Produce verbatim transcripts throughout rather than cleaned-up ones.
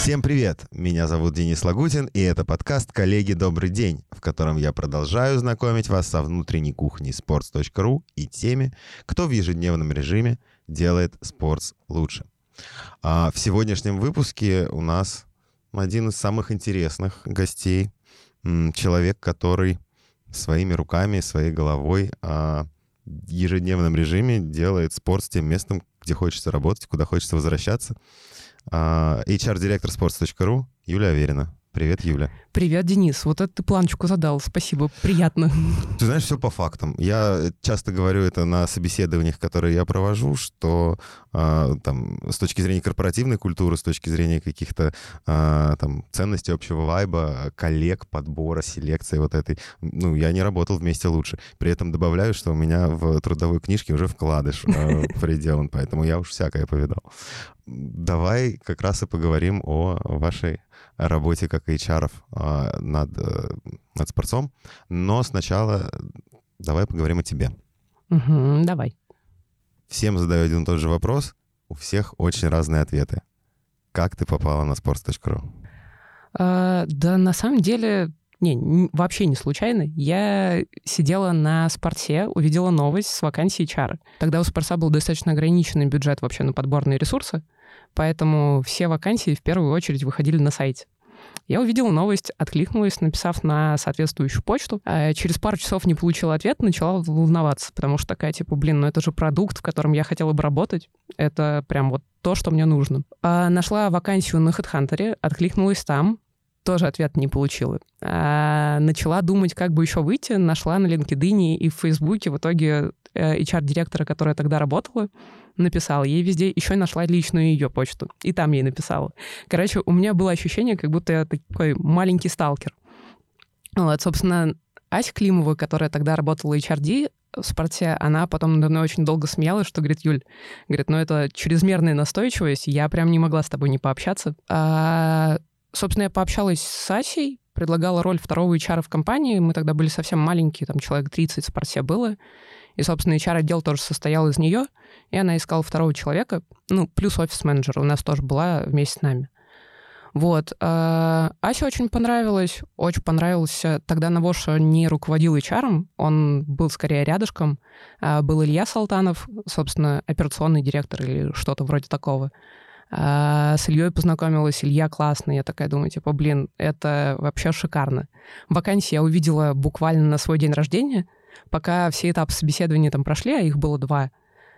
Всем привет! Меня зовут Денис Лагутин, и это подкаст «Коллеги, добрый день», в котором я продолжаю знакомить вас со внутренней кухней спортс точка ру и теми, кто в ежедневном режиме делает спортс лучше. А в сегодняшнем выпуске у нас один из самых интересных гостей, человек, который своими руками, своей головой в ежедневном режиме делает спортс тем местом, где хочется работать, куда хочется возвращаться. эйч ар-директор спортс точка ру Юлия Аверина. Привет, Юля. Привет, Денис. Вот это ты планочку задал. Спасибо, приятно. Ты знаешь, все по фактам. Я часто говорю это на собеседованиях, которые я провожу, что э, там, с точки зрения корпоративной культуры, с точки зрения каких-то э, там, ценностей общего вайба, коллег, подбора, селекции вот этой, ну, я не работал вместе лучше. При этом добавляю, что у меня в трудовой книжке уже вкладыш э, приделан, поэтому я уж всякое повидал. Давай как раз и поговорим о вашей работе как эйч ар-ов э, над, э, над спортсом. Но сначала давай поговорим о тебе. Угу, давай. Всем задаю один и тот же вопрос. У всех очень разные ответы. Как ты попала на спортс точка ру? А, да, на самом деле, не, не, вообще не случайно. Я сидела на спорте, увидела новость с вакансией эйч ар. Тогда у спорта был достаточно ограниченный бюджет вообще на подборные ресурсы, поэтому все вакансии в первую очередь выходили на сайте. Я увидела новость, откликнулась, написав на соответствующую почту. А через пару часов не получила ответ, начала волноваться, потому что такая, типа, блин, ну это же продукт, в котором я хотела бы работать. Это прям вот то, что мне нужно. А нашла вакансию на HeadHunter, откликнулась там, тоже ответ не получила. А начала думать, как бы еще выйти, нашла на LinkedIn и в Фейсбуке. В итоге эйч ар-директора, которая тогда работала, написала. Ей везде еще нашла личную ее почту. И там ей написала. Короче, у меня было ощущение, как будто я такой маленький сталкер. Вот, собственно, Ася Климова, которая тогда работала эйч ар-ди в спорте, она потом надо мной очень долго смеялась, что говорит: Юль, говорит, ну это чрезмерная настойчивость, я прям не могла с тобой не пообщаться. А, собственно, я пообщалась с Асей, предлагала роль второго эйч ар в компании. Мы тогда были совсем маленькие, там человек тридцать в спорте было. И, собственно, эйч ар-отдел тоже состоял из нее, и она искала второго человека, ну, плюс офис-менеджер у нас тоже была вместе с нами. Вот. Асе очень понравилось, очень понравился. Тогда Навоша не руководил эйч ар, он был скорее рядышком. Был Илья Салтанов, собственно, операционный директор или что-то вроде такого. С Ильей познакомилась, Илья классный. Я такая думаю, типа, блин, это вообще шикарно. Вакансии я увидела буквально на свой день рождения. Пока все этапы собеседования там прошли, а их было два,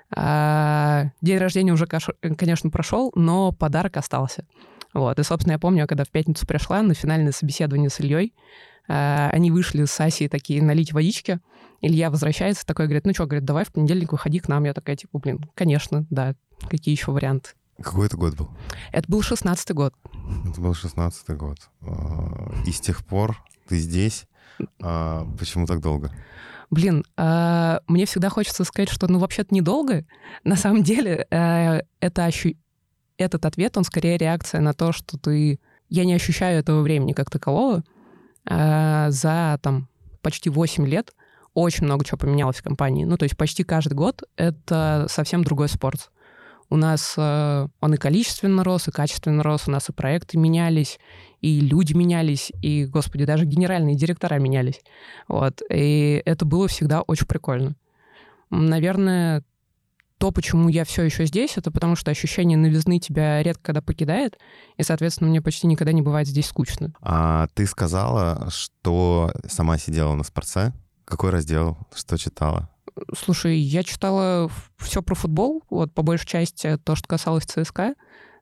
а день рождения уже, конечно, прошел, но подарок остался. Вот. И, собственно, я помню, когда в пятницу пришла на финальное собеседование с Ильей, они вышли с Асей такие налить водички. Илья возвращается, такой говорит: ну что, говорит, давай в понедельник выходи к нам. Я такая, типа, блин, конечно, да, какие еще варианты? Какой это год был? Это был шестнадцатый год. Это был шестнадцатый год. И с тех пор ты здесь. Почему так долго? Блин, э, мне всегда хочется сказать, что, ну, вообще-то недолго. На самом деле, э, это ощу... этот ответ, он скорее реакция на то, что ты... Я не ощущаю этого времени как такового. Э, за, там, почти восемь лет очень много чего поменялось в компании. Ну, то есть почти каждый год это совсем другой спорт. У нас э, он и количественно рос, и качественно рос. У нас и проекты менялись, и люди менялись, и, господи, даже генеральные директора менялись. Вот. И это было всегда очень прикольно. Наверное, то, почему я все еще здесь, это потому что ощущение новизны тебя редко когда покидает, и, соответственно, мне почти никогда не бывает здесь скучно. А ты сказала, что сама сидела на спортсе. Какой раздел? Что читала? Слушай, я читала все про футбол, вот по большей части то, что касалось ЦСКА.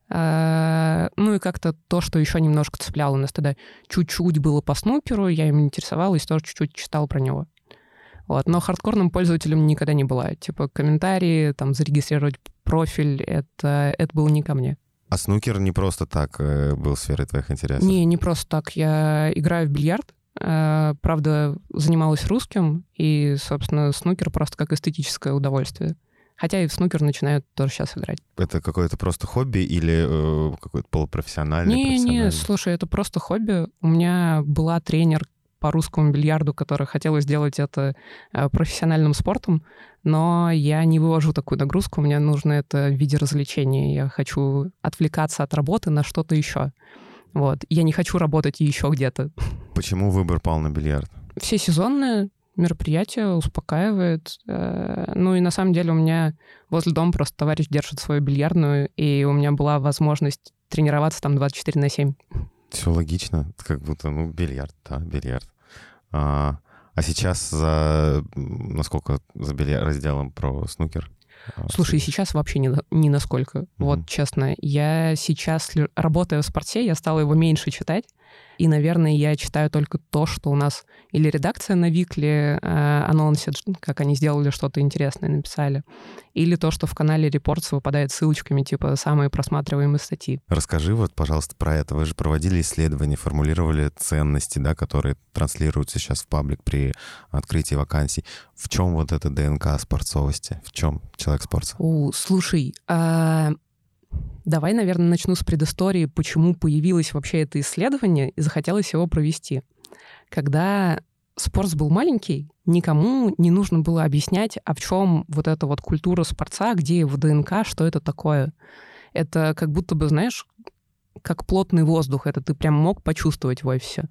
А, ну и как-то то, что еще немножко цепляло. У нас тогда чуть-чуть было по снукеру, я им интересовалась, тоже чуть-чуть читала про него. Вот. Но хардкорным пользователем никогда не была. Типа комментарии, там, зарегистрировать профиль, это, это было не ко мне. А снукер не просто так был сферой твоих интересов? Не, не просто так. Я играю в бильярд. Правда, занималась русским, и, собственно, снукер просто как эстетическое удовольствие. Хотя и в снукер начинают тоже сейчас играть. Это какое-то просто хобби или э, какой-то полупрофессиональный? Не, не, слушай, это просто хобби. У меня была тренер, по русскому бильярду, которая хотела сделать это профессиональным спортом, но я не вывожу такую нагрузку, мне нужно это в виде развлечения. Я хочу отвлекаться от работы на что-то еще. Вот. Я не хочу работать еще где-то. Почему выбор пал на бильярд? Все сезонные мероприятия успокаивает. Ну и на самом деле у меня возле дома просто товарищ держит свою бильярдную, и у меня была возможность тренироваться там двадцать четыре на семь. Все логично, как будто, ну, бильярд, да, бильярд. А, а сейчас за, насколько за бильярд разделом про снукер? Слушай, сейчас вообще не, не насколько. Mm-hmm. Вот, честно, я сейчас, работая в спорте, я стала его меньше читать. И, наверное, я читаю только то, что у нас или редакция на Викле э, анонсит, как они сделали что-то интересное, написали, или то, что в канале Reports выпадает ссылочками, типа самые просматриваемые статьи. Расскажи вот, пожалуйста, про это. Вы же проводили исследования, формулировали ценности, да, которые транслируются сейчас в паблик при открытии вакансий. В чем вот эта ДНК спортсовости? В чем человек спорта? О, слушай, а... Давай, наверное, начну с предыстории, почему появилось вообще это исследование и захотелось его провести. Когда спорт был маленький, никому не нужно было объяснять, а в чем вот эта вот культура спорта, где его ДНК, что это такое. Это как будто бы, знаешь, как плотный воздух, это ты прям мог почувствовать в офисе.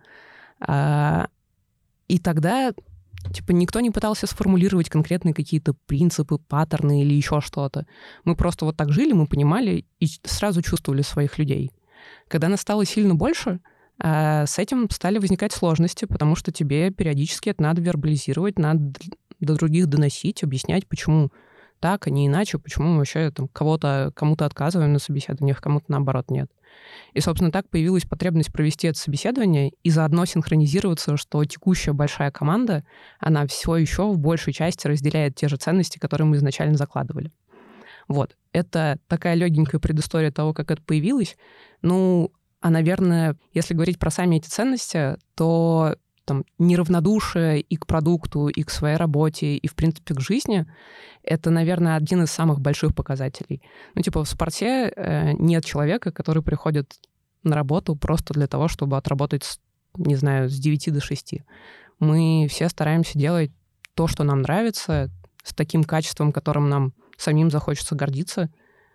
И тогда... Типа никто не пытался сформулировать конкретные какие-то принципы, паттерны или еще что-то. Мы просто вот так жили, мы понимали и сразу чувствовали своих людей. Когда нас стало сильно больше, с этим стали возникать сложности, потому что тебе периодически это надо вербализировать, надо до других доносить, объяснять, почему так, а не иначе, почему мы вообще там, кого-то, кому-то отказываем на собеседованиях, кому-то наоборот нет. И, собственно, так появилась потребность провести это собеседование и заодно синхронизироваться, что текущая большая команда, она все еще в большей части разделяет те же ценности, которые мы изначально закладывали. Вот. Это такая легенькая предыстория того, как это появилось. Ну, а, наверное, если говорить про сами эти ценности, то там, неравнодушие и к продукту, и к своей работе, и, в принципе, к жизни — это, наверное, один из самых больших показателей. Ну, типа, в спорте э, нет человека, который приходит на работу просто для того, чтобы отработать, с, не знаю, с девяти до шести. Мы все стараемся делать то, что нам нравится, с таким качеством, которым нам самим захочется гордиться.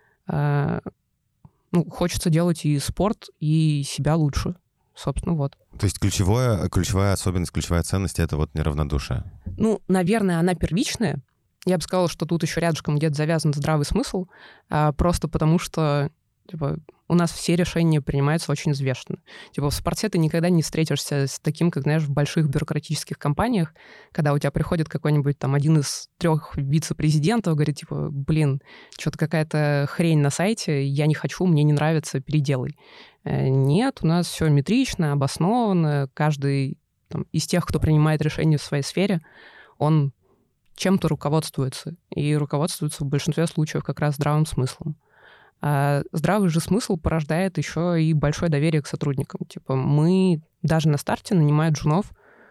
Э, ну, хочется делать и спорт, и себя лучше. Собственно, вот. То есть ключевое, ключевая особенность, ключевая ценность — это вот неравнодушие? Ну, наверное, она первичная. Я бы сказала, что тут еще рядышком где-то завязан здравый смысл, а, просто потому что типа, у нас все решения принимаются очень взвешенно. Типа в спорте ты никогда не встретишься с таким, как, знаешь, в больших бюрократических компаниях, когда у тебя приходит какой-нибудь там один из трех вице-президентов, говорит, типа, блин, что-то какая-то хрень на сайте, я не хочу, мне не нравится, переделай. Нет, у нас все метрично, обоснованно. Каждый там, из тех, кто принимает решения в своей сфере, он чем-то руководствуется. И руководствуется в большинстве случаев как раз здравым смыслом. А здравый же смысл порождает еще и большое доверие к сотрудникам. Типа мы даже на старте, нанимая джунов,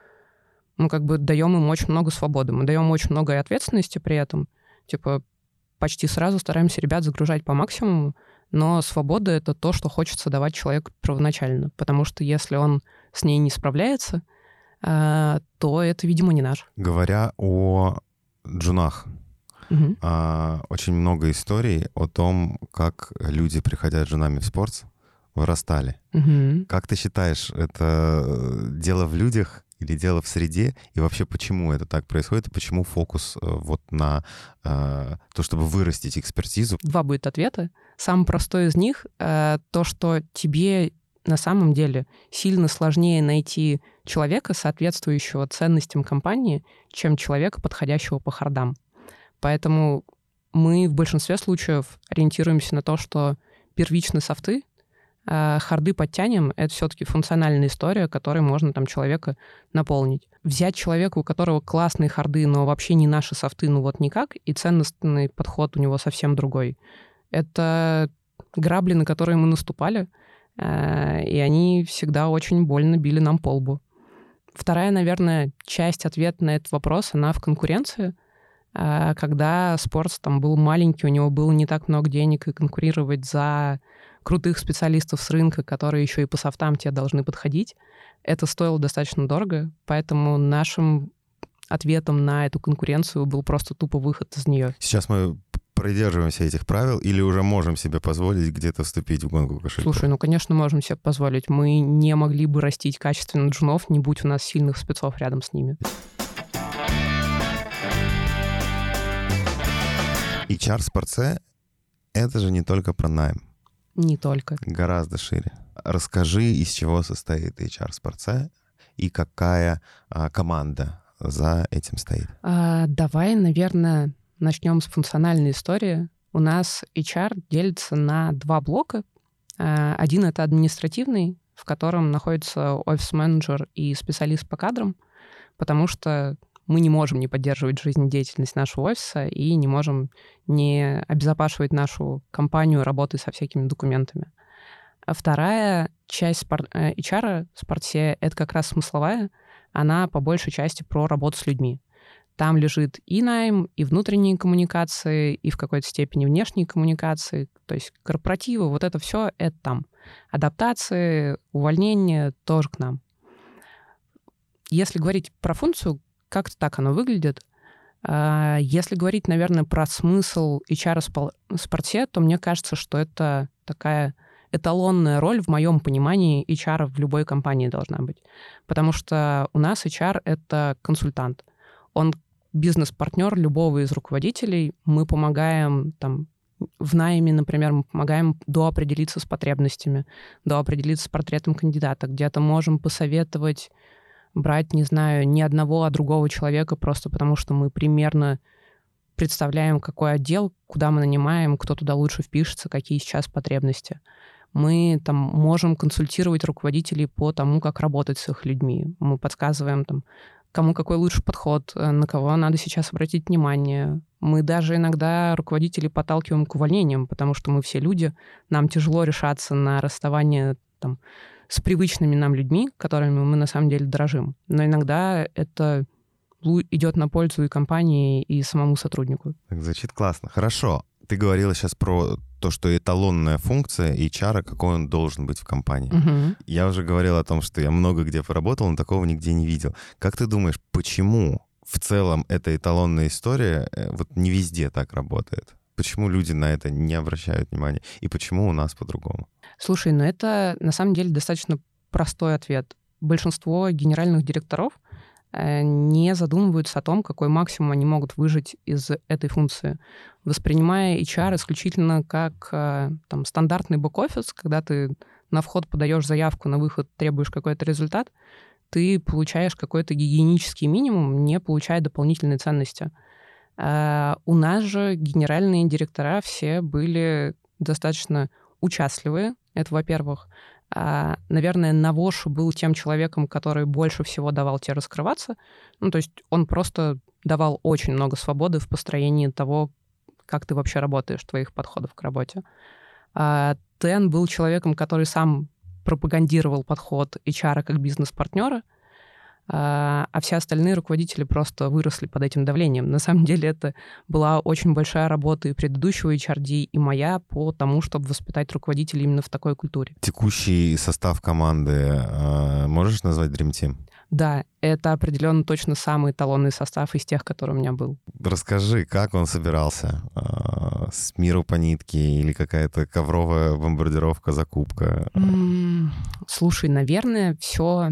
мы как бы даем им очень много свободы. Мы даем очень много ответственности при этом. Типа почти сразу стараемся ребят загружать по максимуму, но свобода — это то, что хочется давать человеку первоначально. Потому что если он с ней не справляется, то это, видимо, не наш. Говоря о джунах, угу. очень много историй о том, как люди, приходя джунами в спорт, вырастали. Угу. Как ты считаешь, это дело в людях или дело в среде? И вообще, почему это так происходит? И почему фокус вот на э, то, чтобы вырастить экспертизу? Два будет ответа. Самый простой из них э, — то, что тебе на самом деле сильно сложнее найти человека, соответствующего ценностям компании, чем человека, подходящего по хардам. Поэтому мы в большинстве случаев ориентируемся на то, что первичные софты, а харды подтянем — это все-таки функциональная история, которой можно там человека наполнить. Взять человека, у которого классные харды, но вообще не наши софты, ну вот никак, и ценностный подход у него совсем другой. Это грабли, на которые мы наступали, и они всегда очень больно били нам по лбу. Вторая, наверное, часть ответа на этот вопрос, она в конкуренции. Когда спорт там был маленький, у него было не так много денег, и конкурировать за крутых специалистов с рынка, которые еще и по софтам тебе должны подходить. Это стоило достаточно дорого, поэтому нашим ответом на эту конкуренцию был просто тупо выход из нее. Сейчас мы придерживаемся этих правил или уже можем себе позволить где-то вступить в гонку кошельков? Слушай, ну, конечно, можем себе позволить. Мы не могли бы растить качественно джунов, не будь у нас сильных спецов рядом с ними. эйч ар в Спартсе — это же не только про найм. Не только. Гораздо шире. Расскажи, из чего состоит эйч ар в Спартсе и какая а, команда за этим стоит. А, давай, наверное, начнем с функциональной истории. У нас эйч ар делится на два блока. А, один — это административный, в котором находится офис-менеджер и специалист по кадрам, потому что мы не можем не поддерживать жизнедеятельность нашего офиса и не можем не обезопасивать нашу компанию работой со всякими документами. А вторая часть спор- эйч ар в Спартсе — это как раз смысловая. Она по большей части про работу с людьми. Там лежит и найм, и внутренние коммуникации, и в какой-то степени внешние коммуникации, то есть корпоративы, вот это все — это там. Адаптации, увольнения — тоже к нам. Если говорить про функцию, как-то так оно выглядит. Если говорить, наверное, про смысл эйч ар в Спартсе, то мне кажется, что это такая эталонная роль в моем понимании эйч ар в любой компании должна быть. Потому что у нас эйч ар — это консультант. Он бизнес-партнер любого из руководителей. Мы помогаем там, в найме, например, мы помогаем доопределиться с потребностями, доопределиться с портретом кандидата. Где-то можем посоветовать брать, не знаю, не одного, а другого человека, просто потому что мы примерно представляем, какой отдел, куда мы нанимаем, кто туда лучше впишется, какие сейчас потребности. Мы там можем консультировать руководителей по тому, как работать с их людьми. Мы подсказываем, там, кому какой лучший подход, на кого надо сейчас обратить внимание. Мы даже иногда руководителей подталкиваем к увольнениям, потому что мы все люди, нам тяжело решаться на расставание там, с привычными нам людьми, которыми мы на самом деле дорожим. Но иногда это идет на пользу и компании, и самому сотруднику. Так, звучит классно. Хорошо. Ты говорила сейчас про то, что эталонная функция эйч ар, какой он должен быть в компании. Угу. Я уже говорил о том, что я много где поработал, но такого нигде не видел. Как ты думаешь, почему в целом эта эталонная история вот не везде так работает? Почему люди на это не обращают внимания? И почему у нас по-другому? Слушай, ну это на самом деле достаточно простой ответ. Большинство генеральных директоров не задумываются о том, какой максимум они могут выжать из этой функции, воспринимая эйч ар исключительно как там, стандартный бэк-офис, когда ты на вход подаешь заявку, на выход требуешь какой-то результат, ты получаешь какой-то гигиенический минимум, не получая дополнительной ценности. А у нас же генеральные директора все были достаточно участливые, это во-первых. А, наверное, Навош был тем человеком, который больше всего давал тебе раскрываться. Ну, то есть он просто давал очень много свободы в построении того, как ты вообще работаешь, твоих подходов к работе. А Тен был человеком, который сам пропагандировал подход эйч ар как бизнес-партнера, а, а все остальные руководители просто выросли под этим давлением. На самом деле это была очень большая работа и предыдущего эйч ар ди, и моя по тому, чтобы воспитать руководителей именно в такой культуре. Текущий состав команды э, можешь назвать Dream Team? Да, это определенно точно самый эталонный состав из тех, который у меня был. Расскажи, как он собирался? Э, с миру по нитке или какая-то ковровая бомбардировка, закупка? М-м, слушай, наверное, все...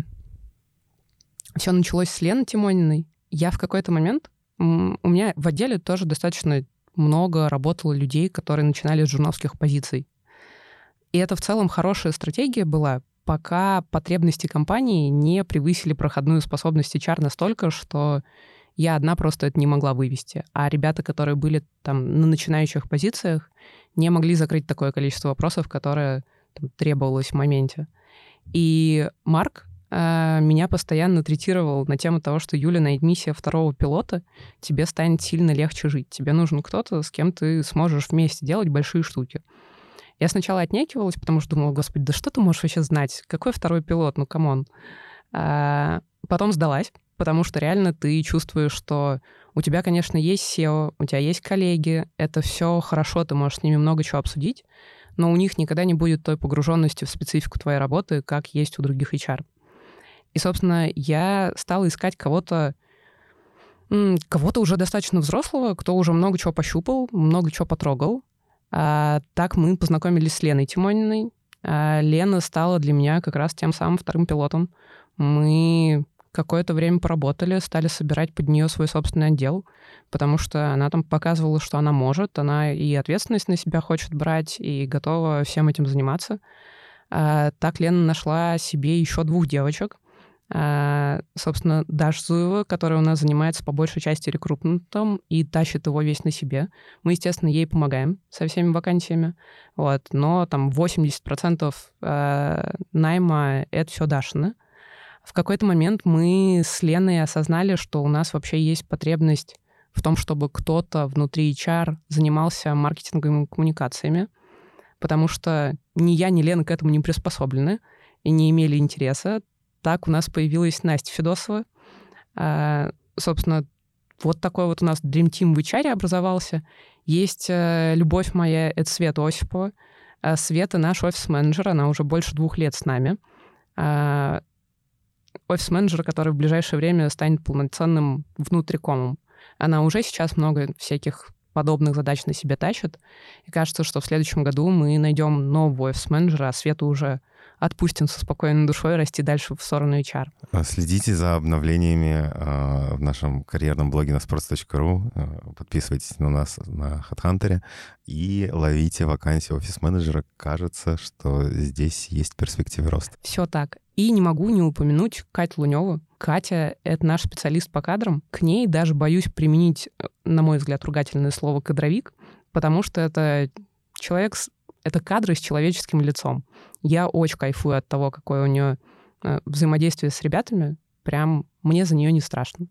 Все началось с Лены Тимониной. Я в какой-то момент... У меня в отделе тоже достаточно много работало людей, которые начинали с журналистских позиций. И это в целом хорошая стратегия была, пока потребности компании не превысили проходную способность эйч ар настолько, что я одна просто это не могла вывести. А ребята, которые были там на начинающих позициях, не могли закрыть такое количество вопросов, которое там, требовалось в моменте. И Марк меня постоянно третировал на тему того, что, Юля, найди миссия второго пилота, тебе станет сильно легче жить. Тебе нужен кто-то, с кем ты сможешь вместе делать большие штуки. Я сначала отнекивалась, потому что думала, господи, да что ты можешь вообще знать? Какой второй пилот? Ну, камон. А потом сдалась, потому что реально ты чувствуешь, что у тебя, конечно, есть сео, у тебя есть коллеги, это все хорошо, ты можешь с ними много чего обсудить, но у них никогда не будет той погруженности в специфику твоей работы, как есть у других эйч ар. И, собственно, я стала искать кого-то, кого-то уже достаточно взрослого, кто уже много чего пощупал, много чего потрогал. А, так мы познакомились с Леной Тимониной. А Лена стала для меня как раз тем самым вторым пилотом. Мы какое-то время поработали, стали собирать под нее свой собственный отдел, потому что она там показывала, что она может, она и ответственность на себя хочет брать, и готова всем этим заниматься. А, так Лена нашла себе еще двух девочек. А, собственно, Даша Зуева, которая у нас занимается по большей части рекрутментом и тащит его весь на себе. Мы, естественно, ей помогаем со всеми вакансиями, вот, но там восемьдесят процентов а, найма — это все Дашина. В какой-то момент мы с Леной осознали, что у нас вообще есть потребность в том, чтобы кто-то внутри эйч ар занимался маркетинговыми коммуникациями, потому что ни я, ни Лена к этому не приспособлены и не имели интереса. Так у нас появилась Настя Федосова. А, собственно, вот такой вот у нас Dream Team в эйч ар образовался. Есть а, любовь моя, это Света Осипова. А Света наш офис-менеджер, она уже больше двух лет с нами. А, офис-менеджер, который в ближайшее время станет полноценным внутрикомом. Она уже сейчас много всяких подобных задач на себе тащит. И кажется, что в следующем году мы найдем нового офис-менеджера, а Свету уже отпустим со спокойной душой расти дальше в сторону эйч ар. Следите за обновлениями э, в нашем карьерном блоге на sports точка ру. Э, подписывайтесь на нас на HeadHunter и ловите вакансии офис-менеджера. Кажется, что здесь есть перспективы роста. Все так. И не могу не упомянуть Катю Луневу. Катя — это наш специалист по кадрам. К ней даже боюсь применить, на мой взгляд, ругательное слово «кадровик», потому что это человек с это кадры с человеческим лицом. Я очень кайфую от того, какое у нее э, взаимодействие с ребятами. Прям мне за нее не страшно.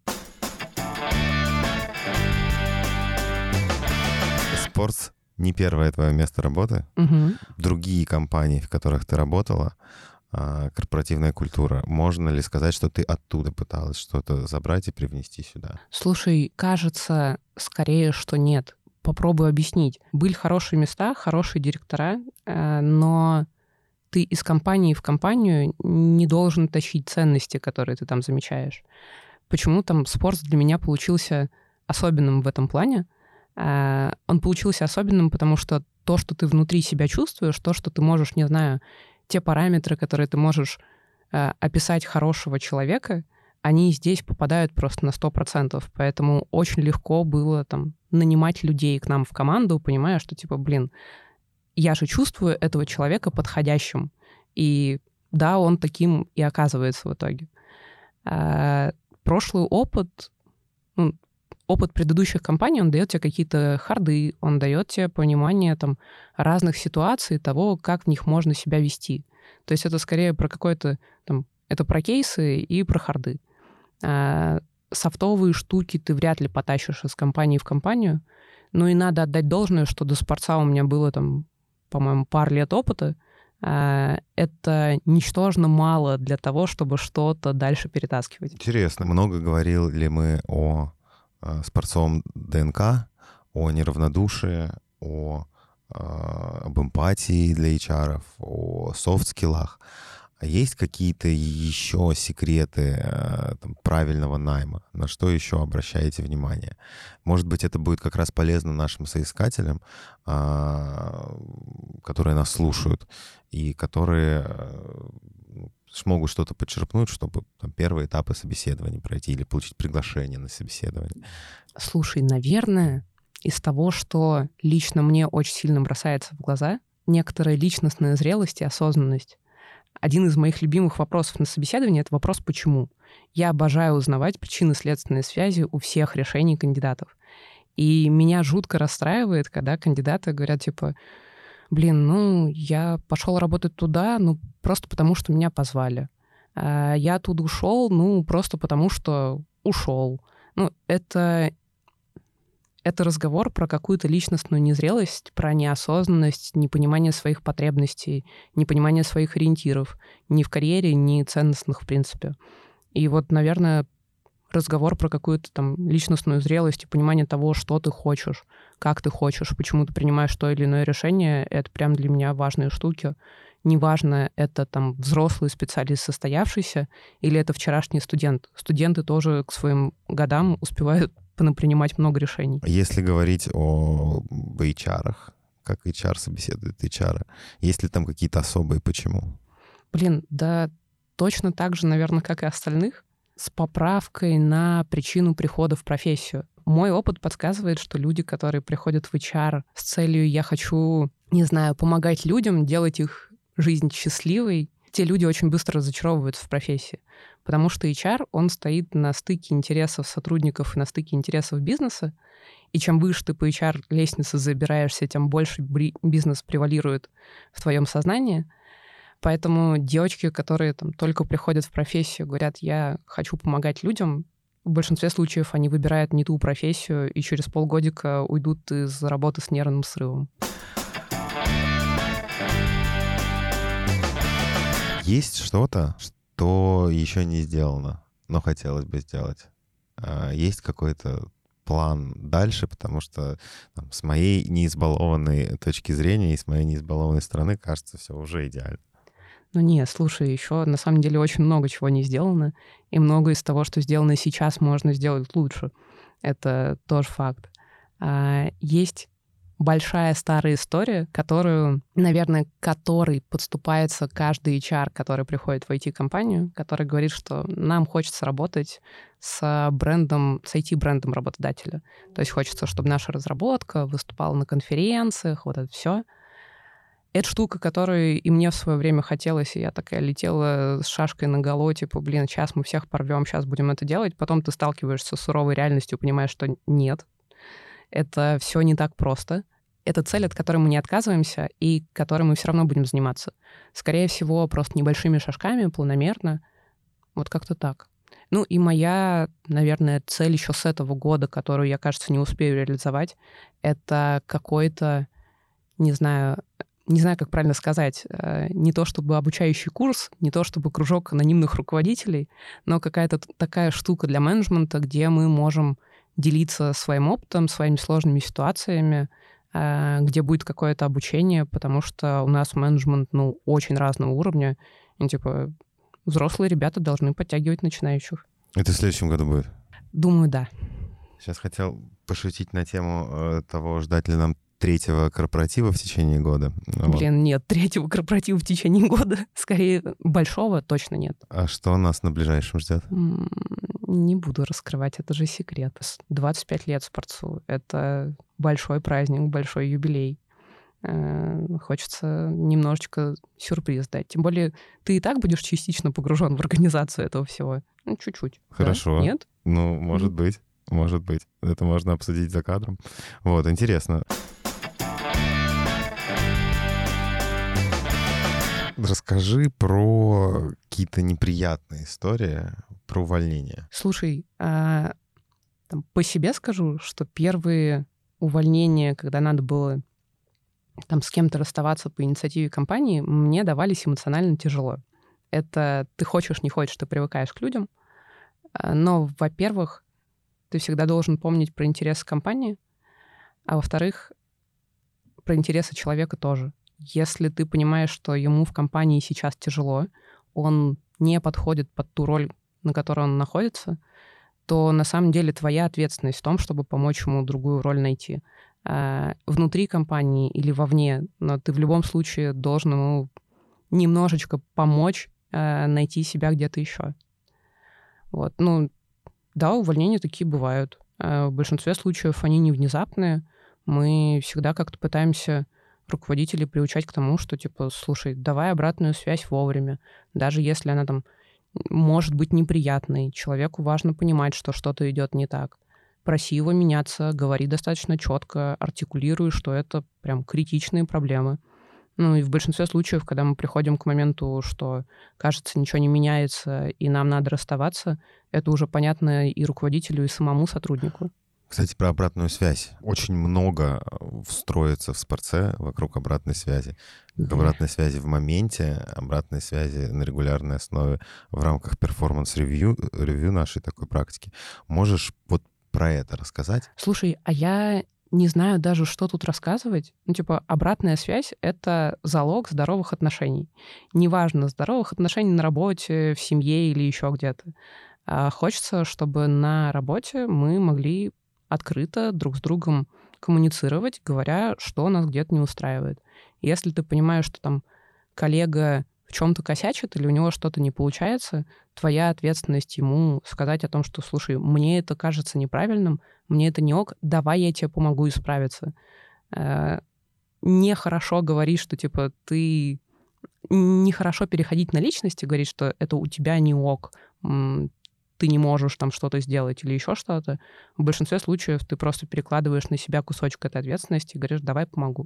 Спортс не первое твое место работы. Угу. Другие компании, в которых ты работала, э, корпоративная культура, можно ли сказать, что ты оттуда пыталась что-то забрать и привнести сюда? Слушай, кажется, скорее, что нет. Попробую объяснить. Были хорошие места, хорошие директора, но ты из компании в компанию не должен тащить ценности, которые ты там замечаешь. Почему там спорт для меня получился особенным в этом плане? Он получился особенным, потому что то, что ты внутри себя чувствуешь, то, что ты можешь, не знаю, те параметры, которые ты можешь описать хорошего человека, они здесь попадают просто на сто процентов. Поэтому очень легко было там нанимать людей к нам в команду, понимая, что типа, блин, я же чувствую этого человека подходящим. И да, он таким и оказывается в итоге. А прошлый опыт, ну, опыт предыдущих компаний, он дает тебе какие-то харды, он дает тебе понимание там разных ситуаций, того, как в них можно себя вести. То есть это скорее про какое-то там, это про кейсы и про харды. А софтовые штуки ты вряд ли потащишь из компании в компанию. Ну и надо отдать должное, что до спорта у меня было там, по-моему, пару лет опыта. А это ничтожно мало для того, чтобы что-то дальше перетаскивать. Интересно, много говорили мы о, о спортсовом ДНК, о неравнодушии, о, об эмпатии для эйч ар, о софт-скиллах. А есть какие-то еще секреты там, правильного найма? На что еще обращаете внимание? Может быть, это будет как раз полезно нашим соискателям, которые нас слушают и которые смогут что-то подчерпнуть, чтобы там, первые этапы собеседования пройти или получить приглашение на собеседование. Слушай, наверное, из того, что лично мне очень сильно бросается в глаза, некоторая личностная зрелость и осознанность. Один из моих любимых вопросов на собеседовании — это вопрос «почему?». Я обожаю узнавать причинно-следственные связи у всех решений кандидатов. И меня жутко расстраивает, когда кандидаты говорят, типа, блин, ну, я пошел работать туда, ну, просто потому, что меня позвали. А я оттуда ушел, ну, просто потому, что ушел. Ну, это... Это разговор про какую-то личностную незрелость, про неосознанность, непонимание своих потребностей, непонимание своих ориентиров ни в карьере, ни ценностных в принципе. И вот, наверное, разговор про какую-то там личностную зрелость и понимание того, что ты хочешь, как ты хочешь, почему ты принимаешь то или иное решение, это прям для меня важные штуки. Неважно, это там взрослый специалист состоявшийся или это вчерашний студент. Студенты тоже к своим годам успевают принимать много решений. Если говорить о эйч ар, как эйч ар собеседует эйч ар, есть ли там какие-то особые, почему? Блин, да точно так же, наверное, как и остальных, с поправкой на причину прихода в профессию. Мой опыт подсказывает, что люди, которые приходят в эйч ар с целью «я хочу, не знаю, помогать людям, делать их жизнь счастливой», те люди очень быстро разочаровываются в профессии. Потому что эйч ар, он стоит на стыке интересов сотрудников и на стыке интересов бизнеса. И чем выше ты по эйч ар-лестнице забираешься, тем больше бизнес превалирует в твоем сознании. Поэтому девочки, которые там только приходят в профессию, говорят, я хочу помогать людям, в большинстве случаев они выбирают не ту профессию и через полгодика уйдут из работы с нервным срывом. Есть что-то, что еще не сделано, но хотелось бы сделать? Есть какой-то план дальше, потому что там, с моей неизбалованной точки зрения и с моей неизбалованной стороны кажется, все уже идеально. Ну не, слушай, еще на самом деле очень много чего не сделано, и много из того, что сделано сейчас, можно сделать лучше. Это тоже факт. А, есть большая старая история, которую, наверное, которой подступается каждый эйч ар, который приходит в ай ти-компанию, который говорит, что нам хочется работать с брендом, с ай ти-брендом работодателя. То есть хочется, чтобы наша разработка выступала на конференциях, вот это все. Это штука, которую и мне в свое время хотелось, и я такая летела с шашкой наголо, типа, блин, сейчас мы всех порвем, сейчас будем это делать. Потом ты сталкиваешься с суровой реальностью, понимаешь, что нет, это все не так просто. Это цель, от которой мы не отказываемся, и которой мы все равно будем заниматься. Скорее всего, просто небольшими шажками, планомерно. Вот как-то так. Ну и моя, наверное, цель еще с этого года, которую я, кажется, не успею реализовать, это какой-то, не знаю... не знаю, как правильно сказать, не то чтобы обучающий курс, не то чтобы кружок анонимных руководителей, но какая-то такая штука для менеджмента, где мы можем делиться своим опытом, своими сложными ситуациями, где будет какое-то обучение, потому что у нас менеджмент, ну, очень разного уровня. И, типа, взрослые ребята должны подтягивать начинающих. Это в следующем году будет? Думаю, да. Сейчас хотел пошутить на тему того, ждать ли нам третьего корпоратива в течение года. Блин, вот. Нет, третьего корпоратива в течение года. Скорее, большого точно нет. А что нас на ближайшем ждет? Не буду раскрывать, это же секрет. двадцать пять лет спортсу. Это большой праздник, большой юбилей. Хочется немножечко сюрприз дать. Тем более, ты и так будешь частично погружен в организацию этого всего. Ну, чуть-чуть. Хорошо. Да? Нет? Ну, может mm-hmm. быть. Может быть. Это можно обсудить за кадром. Вот, интересно. Расскажи про какие-то неприятные истории, про увольнение. Слушай, а, там, по себе скажу, что первые увольнения, когда надо было там, с кем-то расставаться по инициативе компании, мне давались эмоционально тяжело. Это ты хочешь, не хочешь, ты привыкаешь к людям. Но, во-первых, ты всегда должен помнить про интересы компании, а во-вторых, про интересы человека тоже. Если ты понимаешь, что ему в компании сейчас тяжело, он не подходит под ту роль, на которой он находится, то на самом деле твоя ответственность в том, чтобы помочь ему другую роль найти. А внутри компании или вовне, но ты в любом случае должен ему немножечко помочь а, найти себя где-то еще. Вот. Ну, да, увольнения такие бывают. А в большинстве случаев они не внезапные. Мы всегда как-то пытаемся руководителей приучать к тому, что, типа, слушай, давай обратную связь вовремя. Даже если она там может быть неприятной, человеку важно понимать, что что-то идет не так. Проси его меняться, говори достаточно четко, артикулируй, что это прям критичные проблемы. Ну и в большинстве случаев, когда мы приходим к моменту, что, кажется, ничего не меняется, и нам надо расставаться, это уже понятно и руководителю, и самому сотруднику. Кстати, про обратную связь. Очень много встроится в спорце вокруг обратной связи. Да. Обратной связи в моменте, обратной связи на регулярной основе в рамках перформанс-ревью ревью нашей такой практики. Можешь вот про это рассказать? Слушай, а я не знаю даже, что тут рассказывать. Ну, типа, обратная связь — это залог здоровых отношений. Неважно, здоровых отношений на работе, в семье или еще где-то. А хочется, чтобы на работе мы могли открыто друг с другом коммуницировать, говоря, что нас где-то не устраивает. Если ты понимаешь, что там коллега в чем-то косячит или у него что-то не получается, твоя ответственность ему сказать о том, что, слушай, мне это кажется неправильным, мне это не ок, давай я тебе помогу исправиться. Нехорошо говорить, что, типа, ты... Нехорошо переходить на личности, говорить, что это у тебя не ок, ты не можешь там что-то сделать или еще что-то. В большинстве случаев ты просто перекладываешь на себя кусочек этой ответственности и говоришь, давай помогу.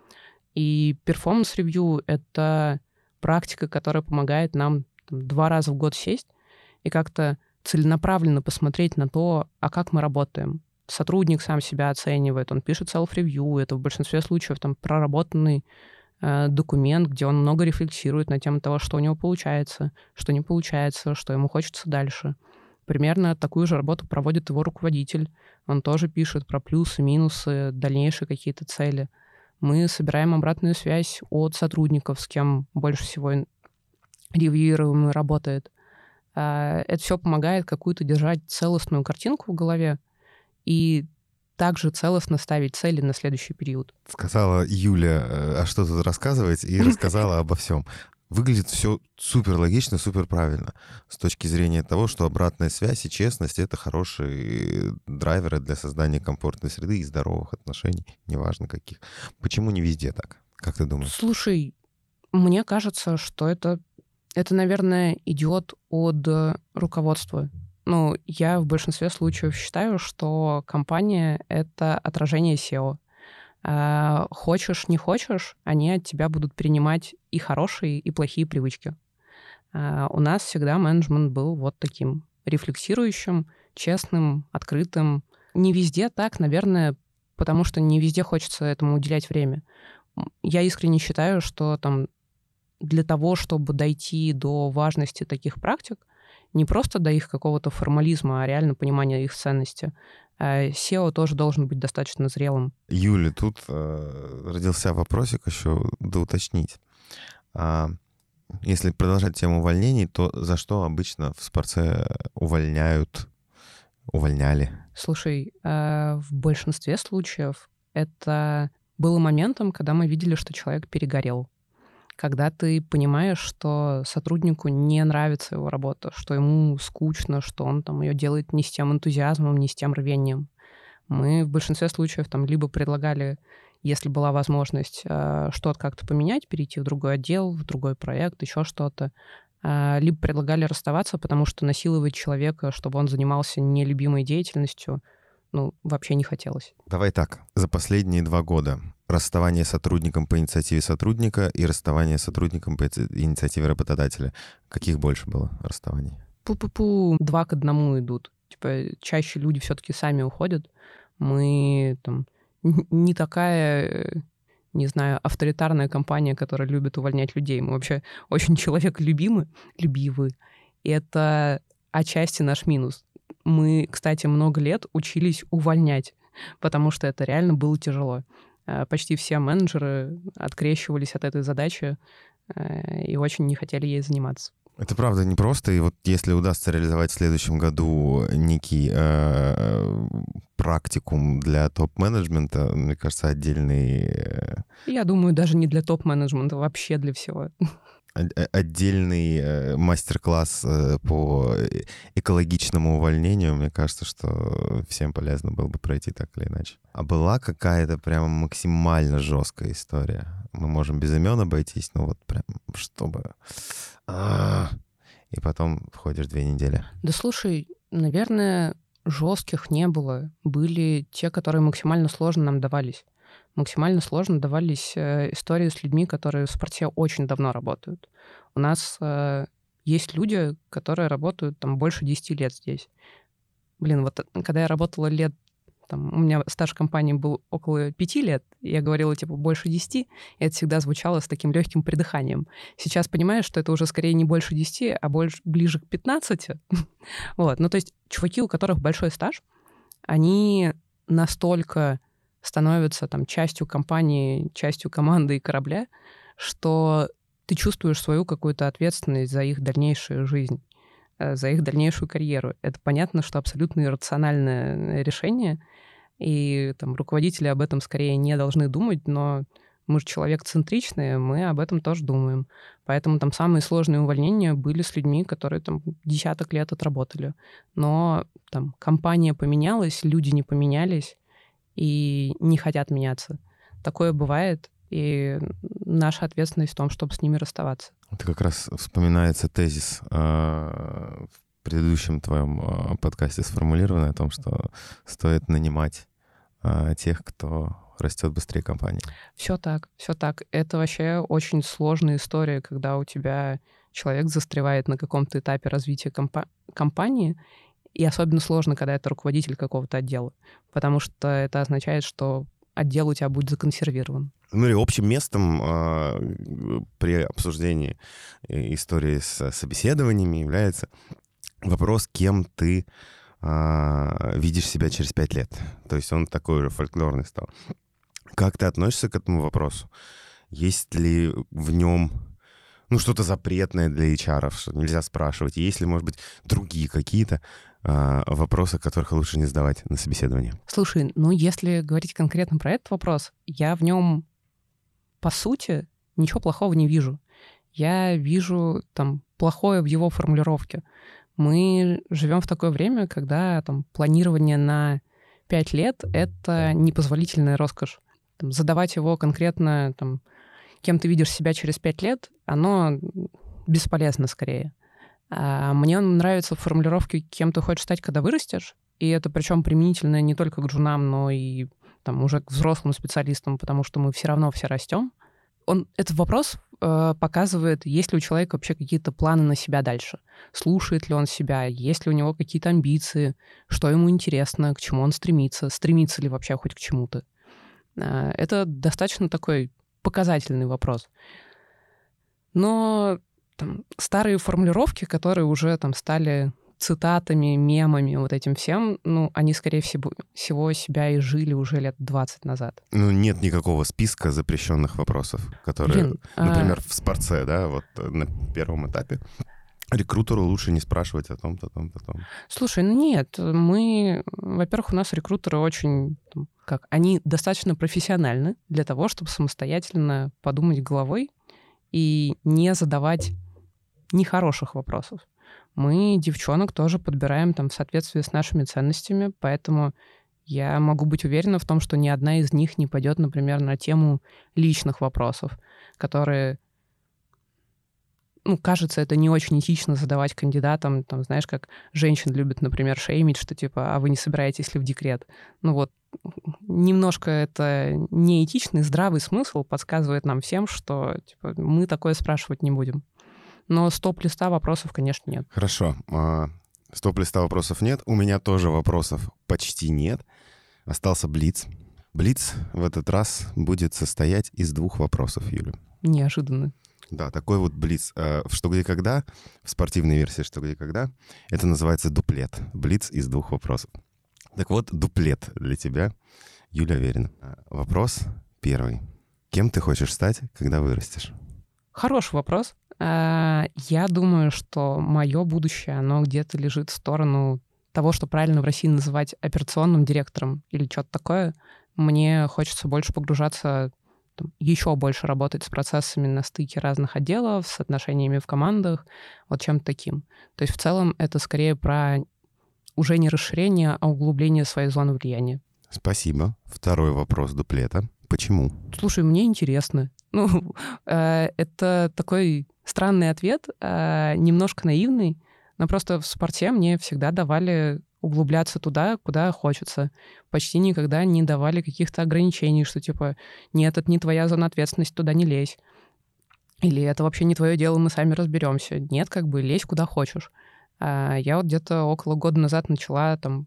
И перформанс-ревью — это практика, которая помогает нам там, два раза в год сесть и как-то целенаправленно посмотреть на то, а как мы работаем. Сотрудник сам себя оценивает, он пишет селф-ревью, это в большинстве случаев там проработанный э, документ, где он много рефлексирует на тему того, что у него получается, что не получается, что ему хочется дальше. Примерно такую же работу проводит его руководитель. Он тоже пишет про плюсы, минусы, дальнейшие какие-то цели. Мы собираем обратную связь от сотрудников, с кем больше всего ревьюируемый работает. Это все помогает какую-то держать целостную картинку в голове и также целостно ставить цели на следующий период. Сказала Юля, а что тут рассказывать, и рассказала обо всем. Выглядит все супер логично, супер правильно. С точки зрения того, что обратная связь и честность — это хорошие драйверы для создания комфортной среды и здоровых отношений, неважно каких. Почему не везде так? Как ты думаешь? Слушай, мне кажется, что это, это наверное, идет от руководства. Ну, я в большинстве случаев считаю, что компания — это отражение сео. Хочешь, не хочешь, они от тебя будут принимать и хорошие, и плохие привычки. У нас всегда менеджмент был вот таким, рефлексирующим, честным, открытым. Не везде так, наверное, потому что не везде хочется этому уделять время. Я искренне считаю, что там для того, чтобы дойти до важности таких практик, не просто до их какого-то формализма, а реально понимания их ценности, сео тоже должен быть достаточно зрелым. Юля, тут э, родился вопросик еще доуточнить. А, если продолжать тему увольнений, то за что обычно в спорце увольняют, увольняли? Слушай, э, в большинстве случаев это было моментом, когда мы видели, что человек перегорел. Когда ты понимаешь, что сотруднику не нравится его работа, что ему скучно, что он там ее делает не с тем энтузиазмом, не с тем рвением. Мы в большинстве случаев там либо предлагали, если была возможность, что-то как-то поменять, перейти в другой отдел, в другой проект, еще что-то, либо предлагали расставаться, потому что насиловать человека, чтобы он занимался нелюбимой деятельностью, ну, вообще не хотелось. Давай так. За последние два года расставание с сотрудником по инициативе сотрудника и расставание с сотрудником по инициативе работодателя. Каких больше было расставаний? Пу-пу-пу. Два к одному идут. Типа чаще люди все-таки сами уходят. Мы там не такая, не знаю, авторитарная компания, которая любит увольнять людей. Мы вообще очень человеколюбимы, любивы. И это отчасти наш минус. Мы, кстати, много лет учились увольнять, потому что это реально было тяжело. Почти все менеджеры открещивались от этой задачи и очень не хотели ей заниматься. Это правда непросто, и вот если удастся реализовать в следующем году некий э, практикум для топ-менеджмента, мне кажется, отдельный... Э... Я думаю, даже не для топ-менеджмента, вообще для всего. Отдельный мастер-класс по экологичному увольнению, мне кажется, что всем полезно было бы пройти так или иначе. А была какая-то прям максимально жесткая история? Мы можем без имен обойтись, но вот прям чтобы... И потом входишь две недели. Да слушай, наверное, жестких не было. Были те, которые максимально сложно нам давались. Максимально сложно давались э, истории с людьми, которые в спорте очень давно работают. У нас э, есть люди, которые работают там больше десяти лет здесь. Блин, вот когда я работала лет там, у меня стаж компании был около пяти лет, я говорила, типа, больше десяти, и это всегда звучало с таким легким придыханием. Сейчас понимаешь, что это уже скорее не больше десяти, а больше, ближе к пятнадцати. Вот, ну, то есть чуваки, у которых большой стаж, они настолько становятся там частью компании, частью команды и корабля, что ты чувствуешь свою какую-то ответственность за их дальнейшую жизнь, за их дальнейшую карьеру. Это понятно, что абсолютно иррациональное решение, и там руководители об этом скорее не должны думать, но мы же человек-центричные, мы об этом тоже думаем. Поэтому там самые сложные увольнения были с людьми, которые там десяток лет отработали. Но там компания поменялась, люди не поменялись и не хотят меняться. Такое бывает, и наша ответственность в том, чтобы с ними расставаться. Это как раз вспоминается тезис э, в предыдущем твоем э, подкасте сформулированный о том, что стоит нанимать э, тех, кто растет быстрее компании. Все так, все так. Это вообще очень сложная история, когда у тебя человек застревает на каком-то этапе развития компа- компании, и особенно сложно, когда это руководитель какого-то отдела, потому что это означает, что отдел у тебя будет законсервирован. Ну или общим местом э, при обсуждении истории с собеседованиями является вопрос, кем ты э, видишь себя через пять лет. То есть он такой уже фольклорный стал. Как ты относишься к этому вопросу? Есть ли в нем ну, что-то запретное для эйч ар, что нельзя спрашивать? Есть ли, может быть, другие какие-то э, вопросы, которых лучше не задавать на собеседовании? Слушай, ну если говорить конкретно про этот вопрос, я в нем, по сути, ничего плохого не вижу. Я вижу там плохое в его формулировке. Мы живем в такое время, когда там планирование на пять лет — это непозволительная роскошь. Там, задавать его конкретно, там, кем ты видишь себя через пять лет, оно бесполезно скорее. А мне нравится формулировки, кем ты хочешь стать, когда вырастешь, и это причем применительно не только к джунам, но и там, уже к взрослым специалистам, потому что мы все равно все растем. Он, этот вопрос э, показывает, есть ли у человека вообще какие-то планы на себя дальше. Слушает ли он себя, есть ли у него какие-то амбиции, что ему интересно, к чему он стремится, стремится ли вообще хоть к чему-то. Э, это достаточно такой показательный вопрос. Но там, старые формулировки, которые уже там стали цитатами, мемами, вот этим всем, ну, они, скорее всего, всего себя и жили уже лет двадцать назад. Ну, нет никакого списка запрещенных вопросов, которые, Блин, например, а... в спортце, да, вот на первом этапе рекрутеру лучше не спрашивать о том-то, о том-то, о том. Слушай, ну нет, мы, во-первых, у нас рекрутеры очень, как, они достаточно профессиональны для того, чтобы самостоятельно подумать головой и не задавать нехороших вопросов. Мы девчонок тоже подбираем там в соответствии с нашими ценностями, поэтому я могу быть уверена в том, что ни одна из них не пойдет, например, на тему личных вопросов, которые, ну, кажется, это не очень этично задавать кандидатам, там, знаешь, как женщин любят, например, шеймить, что типа, а вы не собираетесь ли в декрет? Ну вот, немножко это неэтичный, здравый смысл подсказывает нам всем, что типа, мы такое спрашивать не будем. Но стоп-листа вопросов, конечно, нет. Хорошо. Стоп-листа вопросов нет. У меня тоже вопросов почти нет. Остался блиц. Блиц в этот раз будет состоять из двух вопросов, Юля. Неожиданно. Да, такой вот блиц. В «Что, где, когда», в спортивной версии «Что, где, когда», это называется дуплет. Блиц из двух вопросов. Так вот, дуплет для тебя, Юля Аверина. Вопрос первый. Кем ты хочешь стать, когда вырастешь? Хороший вопрос. Я думаю, что мое будущее, оно где-то лежит в сторону того, что правильно в России называть операционным директором или что-то такое. Мне хочется больше погружаться, там, еще больше работать с процессами на стыке разных отделов, с отношениями в командах, вот чем-то таким. То есть в целом это скорее про уже не расширение, а углубление своей зоны влияния. Спасибо. Второй вопрос дуплета. Почему? Слушай, мне интересно. Ну, э, это такой странный ответ, э, немножко наивный, но просто в спорте мне всегда давали углубляться туда, куда хочется. Почти никогда не давали каких-то ограничений, что типа нет, это не твоя зона ответственности, туда не лезь. Или это вообще не твое дело, мы сами разберемся. Нет, как бы лезь куда хочешь. А я вот где-то около года назад начала там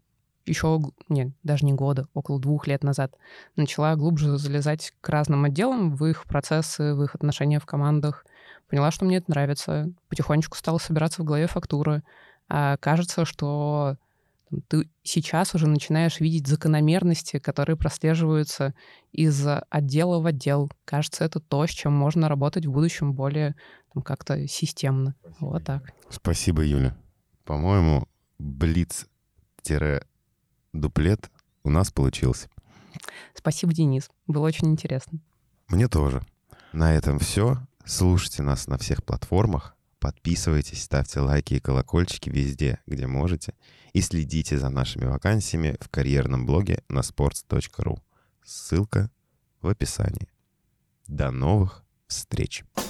еще, нет, даже не года, около двух лет назад, начала глубже залезать к разным отделам в их процессы, в их отношения в командах. Поняла, что мне это нравится. Потихонечку стала собираться в голове фактуры. А кажется, что ты сейчас уже начинаешь видеть закономерности, которые прослеживаются из отдела в отдел. Кажется, это то, с чем можно работать в будущем более там, как-то системно. Спасибо. Вот так. Спасибо, Юля. По-моему, блиц-дуплет у нас получился. Спасибо, Денис. Было очень интересно. Мне тоже. На этом все. Слушайте нас на всех платформах. Подписывайтесь, ставьте лайки и колокольчики везде, где можете. И следите за нашими вакансиями в карьерном блоге на sports точка ru. Ссылка в описании. До новых встреч!